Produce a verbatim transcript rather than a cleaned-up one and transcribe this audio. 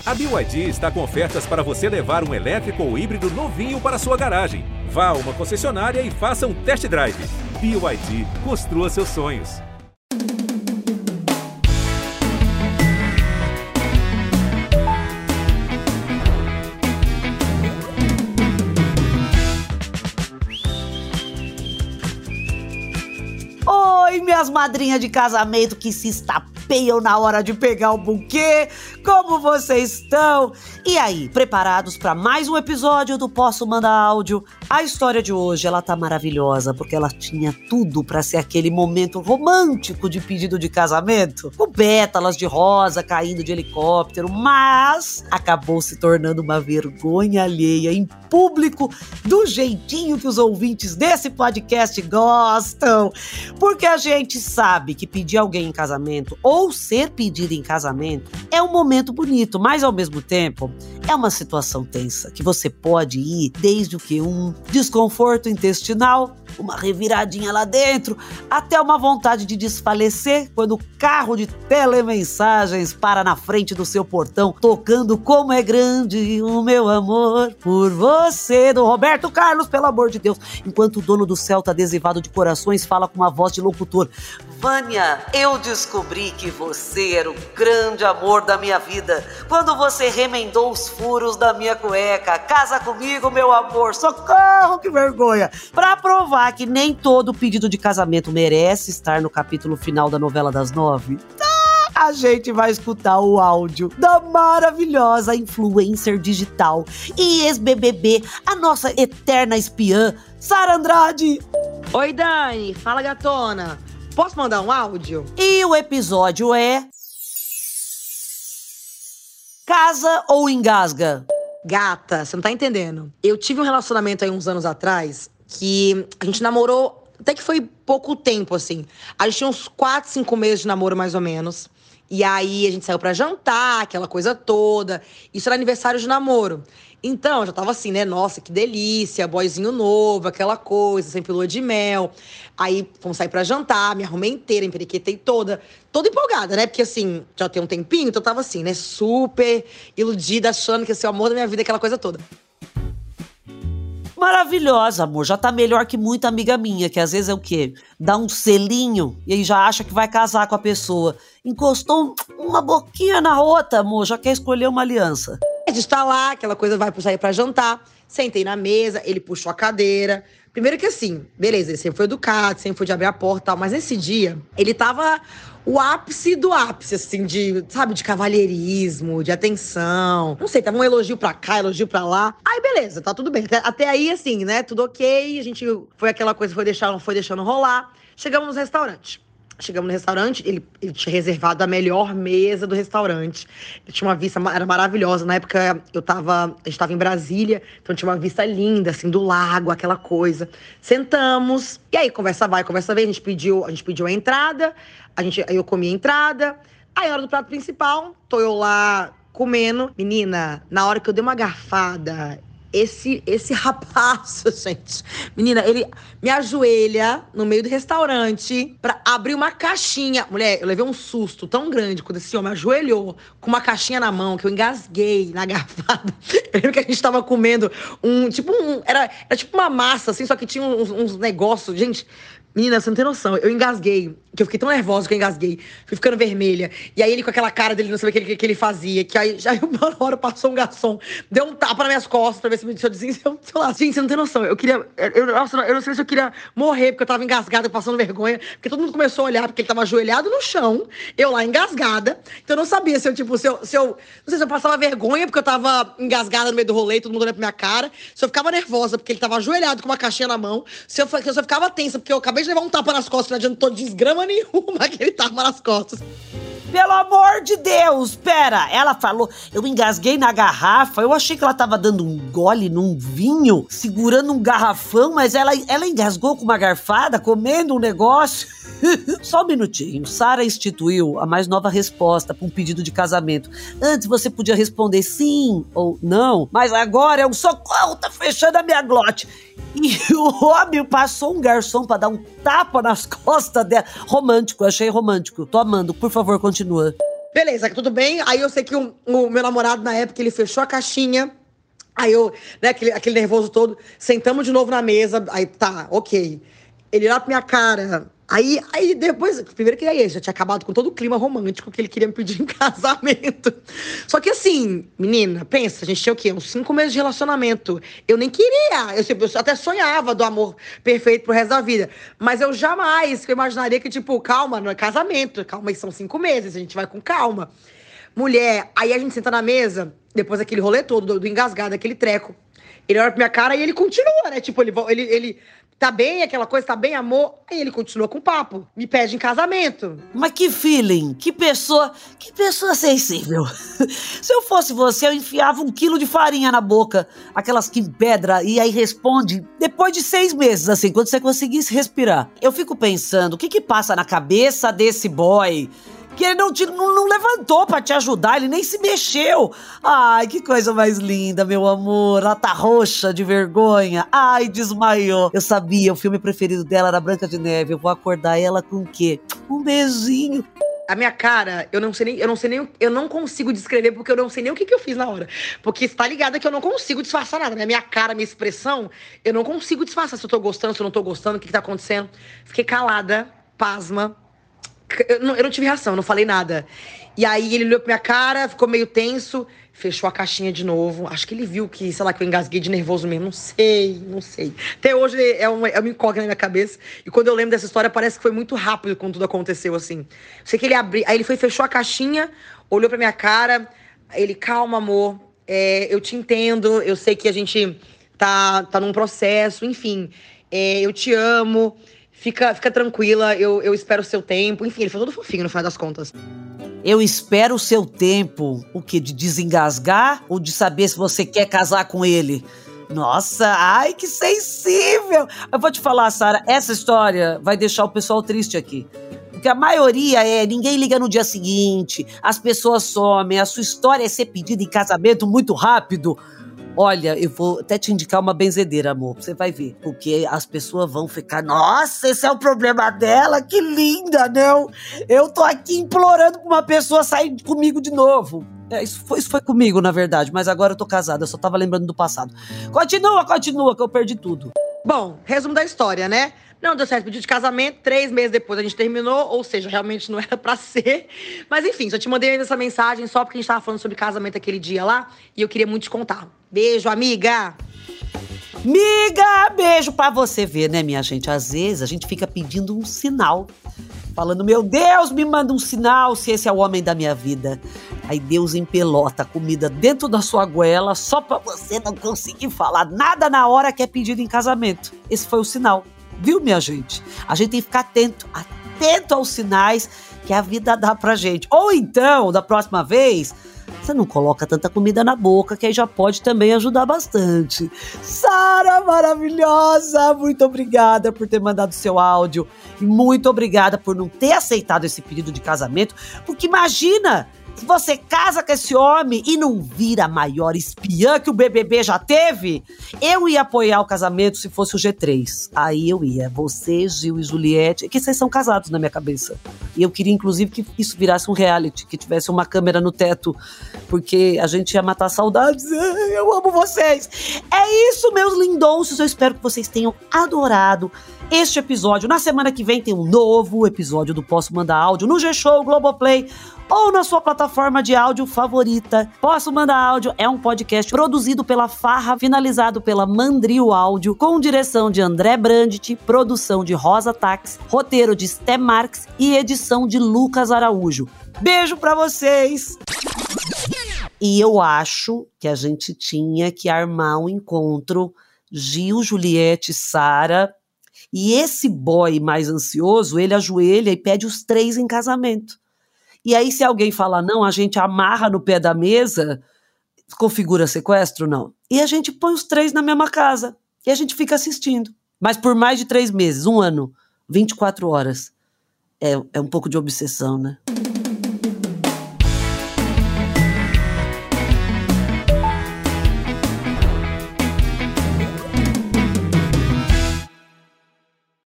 A B Y D está com ofertas para você levar um elétrico ou híbrido novinho para sua garagem. Vá a uma concessionária e faça um test drive. B Y D, construa seus sonhos. Oi, minhas madrinhas de casamento que se estapeiam na hora de pegar o buquê, como vocês estão? E aí, preparados para mais um episódio do Posso Mandar Áudio? A história de hoje, ela tá maravilhosa, porque ela tinha tudo para ser aquele momento romântico de pedido de casamento, com pétalas de rosa caindo de helicóptero, mas acabou se tornando uma vergonha alheia em público, do jeitinho que os ouvintes desse podcast gostam. Porque a gente sabe que pedir alguém em casamento ou ser pedido em casamento é um momento bonito, mas ao mesmo tempo é uma situação tensa que você pode ir desde o que um desconforto intestinal, uma reviradinha lá dentro, até uma vontade de desfalecer quando o carro de telemensagens para na frente do seu portão tocando Como é Grande o Meu Amor por Você, do Roberto Carlos, pelo amor de Deus, enquanto o dono do Celta adesivado de corações fala com uma voz de locutor: Vânia, eu descobri que você era o grande amor da minha vida quando você remendou os furos da minha cueca. Casa comigo, meu amor, socorro, que vergonha. Pra provar que nem todo pedido de casamento merece estar no capítulo final da novela das nove, a gente vai escutar o áudio da maravilhosa influencer digital e ex-B B B, a nossa eterna espiã, Sara Andrade. Oi, Dani. Fala, gatona. Posso mandar um áudio? E o episódio é... Casa ou engasga? Gata, você não tá entendendo. Eu tive um relacionamento aí uns anos atrás que a gente namorou, até que foi pouco tempo, assim. A gente tinha uns quatro, cinco meses de namoro, mais ou menos. E aí a gente saiu pra jantar, aquela coisa toda. Isso era aniversário de namoro. Então, eu já tava assim, né? Nossa, que delícia, boyzinho novo, aquela coisa, sempre lua de mel. Aí fomos sair pra jantar, me arrumei inteira, emperiquetei toda. Toda empolgada, né? Porque assim, já tem um tempinho, então eu tava assim, né? Super iludida, achando que ia ser o amor da minha vida, aquela coisa toda. Maravilhosa, amor. Já tá melhor que muita amiga minha, que às vezes é o quê? Dá um selinho e aí já acha que vai casar com a pessoa. Encostou uma boquinha na outra, amor, já quer escolher uma aliança. A gente tá lá, aquela coisa vai sair pra jantar. Sentei na mesa, ele puxou a cadeira. Primeiro que assim, beleza, ele sempre foi educado, sempre foi de abrir a porta e tal. Mas nesse dia, ele tava o ápice do ápice, assim, de, sabe, de cavalheirismo, de atenção. Não sei, tava um elogio pra cá, elogio pra lá. Aí, beleza, tá tudo bem. Até, até aí, assim, né, tudo ok. A gente foi aquela coisa, foi deixando, foi deixando rolar. Chegamos no restaurante. Chegamos no restaurante, ele, ele tinha reservado a melhor mesa do restaurante. Ele tinha uma vista, era maravilhosa. Na época, eu tava, a gente tava em Brasília, então tinha uma vista linda, assim, do lago, aquela coisa. Sentamos, e aí, conversa vai, conversa vem. A gente pediu, a gente pediu a entrada, a gente, aí eu comi a entrada. Aí, na hora do prato principal, tô eu lá comendo. Menina, na hora que eu dei uma garfada... Esse, esse rapaz, gente, menina, ele me ajoelha no meio do restaurante pra abrir uma caixinha. Mulher, eu levei um susto tão grande quando esse homem ajoelhou com uma caixinha na mão, que eu engasguei na garfada. Eu lembro que a gente tava comendo um, tipo um, era, era tipo uma massa, assim, só que tinha uns, uns negócios, gente... Menina, você não tem noção. Eu engasguei, que eu fiquei tão nervosa que eu engasguei. Fui ficando vermelha. E aí ele com aquela cara dele, não sabia o que, que, que ele fazia. Que aí, já uma hora passou um garçom, deu um tapa nas minhas costas pra ver se, se eu dizia, se eu, sei lá. Gente, você não tem noção. Eu queria... Eu, nossa, eu não sei se eu queria morrer, porque eu tava engasgada, passando vergonha. Porque todo mundo começou a olhar, porque ele tava ajoelhado no chão. Eu lá, engasgada. Então eu não sabia se eu, tipo, se eu... Se eu não sei se eu passava vergonha, porque eu tava engasgada no meio do rolê, todo mundo olhando pra minha cara. Se eu ficava nervosa, porque ele tava ajoelhado com uma caixinha na mão. Se eu, se eu ficava tensa, porque eu acabei de levar um tapa nas costas, não adiantou desgrama nenhuma aquele tapa nas costas. Pelo amor de Deus, pera, ela falou, eu engasguei na garrafa, eu achei que ela tava dando um gole num vinho, segurando um garrafão, mas ela, ela engasgou com uma garfada, comendo um negócio. Só um minutinho, Sara instituiu a mais nova resposta para um pedido de casamento. Antes você podia responder sim ou não, mas agora é um socorro, tá fechando a minha glote. E o homem passou um garçom pra dar um tapa nas costas dela. Romântico, achei romântico. Tô amando, por favor, continua. Beleza, tudo bem. Aí eu sei que o, o meu namorado, na época, ele fechou a caixinha. Aí eu, né, aquele, aquele nervoso todo, sentamos de novo na mesa. Aí tá, ok. Ele olhou pra minha cara. Aí, aí depois, primeiro que aí, já tinha acabado com todo o clima romântico que ele queria me pedir em casamento. Só que assim, menina, pensa, a gente tinha o quê? Uns cinco meses de relacionamento. Eu nem queria, eu, eu até sonhava do amor perfeito pro resto da vida. Mas eu jamais eu imaginaria que, tipo, calma, não é casamento. Calma, aí são cinco meses, a gente vai com calma. Mulher, aí a gente senta na mesa, depois daquele rolê todo, do, do engasgado, aquele treco. Ele olha pra minha cara e ele continua, né? Tipo, ele... ele, ele tá bem, aquela coisa, tá bem, amor? Aí ele continua com o papo, me pede em casamento. Mas que feeling, que pessoa, que pessoa sensível. Se eu fosse você, eu enfiava um quilo de farinha na boca, aquelas que pedra, e aí responde depois de seis meses, assim, quando você conseguisse respirar. Eu fico pensando, o que que passa na cabeça desse boy? Que ele não, te, não, não levantou pra te ajudar, ele nem se mexeu. Ai, que coisa mais linda, meu amor. Ela tá roxa de vergonha. Ai, desmaiou. Eu sabia, o filme preferido dela era Branca de Neve. Eu vou acordar ela com o quê? Um beijinho. A minha cara, eu não sei nem, eu não sei nem, eu não consigo descrever, porque eu não sei nem o que, que eu fiz na hora. Porque você tá ligada que eu não consigo disfarçar nada, né? Minha cara, minha expressão, eu não consigo disfarçar se eu tô gostando, se eu não tô gostando, o que que tá acontecendo. Fiquei calada, pasma. Eu não, eu não tive reação, não falei nada. E aí ele olhou pra minha cara, ficou meio tenso, fechou a caixinha de novo. Acho que ele viu que, sei lá, que eu engasguei de nervoso mesmo. Não sei, não sei. Até hoje é uma, é uma incógnita na minha cabeça. E quando eu lembro dessa história, parece que foi muito rápido quando tudo aconteceu, assim. Sei que ele abriu, aí ele foi, fechou a caixinha, olhou pra minha cara. Ele, calma, amor, é, eu te entendo, eu sei que a gente tá, tá num processo, enfim. É, eu te amo. Fica, fica tranquila, eu, eu espero o seu tempo. Enfim, ele foi todo fofinho no final das contas. Eu espero o seu tempo. O quê? De desengasgar? Ou de saber se você quer casar com ele? Nossa, ai, que sensível! Eu vou te falar, Sara, essa história vai deixar o pessoal triste aqui. Porque a maioria é, ninguém liga no dia seguinte, as pessoas somem, a sua história é ser pedida em casamento muito rápido. Olha, eu vou até te indicar uma benzedeira, amor, você vai ver. Porque as pessoas vão ficar, nossa, esse é o problema dela, que linda, não? Eu tô aqui implorando pra uma pessoa sair comigo de novo. É, isso, foi, isso foi comigo, na verdade, mas agora eu tô casada, eu só tava lembrando do passado. Continua, continua, que eu perdi tudo. Bom, resumo da história, né? Não deu certo, pedido de casamento, três meses depois a gente terminou, ou seja, realmente não era pra ser. Mas enfim, só te mandei essa mensagem só porque a gente tava falando sobre casamento aquele dia lá, e eu queria muito te contar. Beijo, amiga! Miga, beijo pra você ver, né, minha gente? Às vezes a gente fica pedindo um sinal, falando, meu Deus, me manda um sinal se esse é o homem da minha vida. Aí Deus empelota a comida dentro da sua goela só pra você não conseguir falar nada na hora que é pedido em casamento. Esse foi o sinal, viu, minha gente? A gente tem que ficar atento, atento aos sinais que a vida dá pra gente. Ou então, da próxima vez, você não coloca tanta comida na boca, que aí já pode também ajudar bastante. Sara, maravilhosa, muito obrigada por ter mandado seu áudio. E muito obrigada por não ter aceitado esse pedido de casamento. Porque imagina, se você casa com esse homem e não vira a maior espiã que o B B B já teve, eu ia apoiar o casamento se fosse o G três. Aí eu ia. Você, Gil e Juliette, que vocês são casados na minha cabeça. E eu queria, inclusive, que isso virasse um reality, que tivesse uma câmera no teto, porque a gente ia matar saudades. Eu amo vocês. É isso, meus lindonços. Eu espero que vocês tenham adorado este episódio. Na semana que vem tem um novo episódio do Posso Mandar Áudio no G-Show, Globoplay ou na sua plataforma de áudio favorita. Posso Mandar Áudio é um podcast produzido pela Farra, finalizado pela Mandrio Áudio, com direção de André Brandt, produção de Rosa Tax, roteiro de Sté Marques e edição de Lucas Araújo. Beijo pra vocês! E eu acho que a gente tinha que armar um encontro Gil, Juliette, Sara. E esse boy mais ansioso, ele ajoelha e pede os três em casamento. E aí, se alguém falar não, a gente amarra no pé da mesa, configura sequestro, não. E a gente põe os três na mesma casa. E a gente fica assistindo. Mas por mais de três meses, um ano, vinte e quatro horas. É, é um pouco de obsessão, né?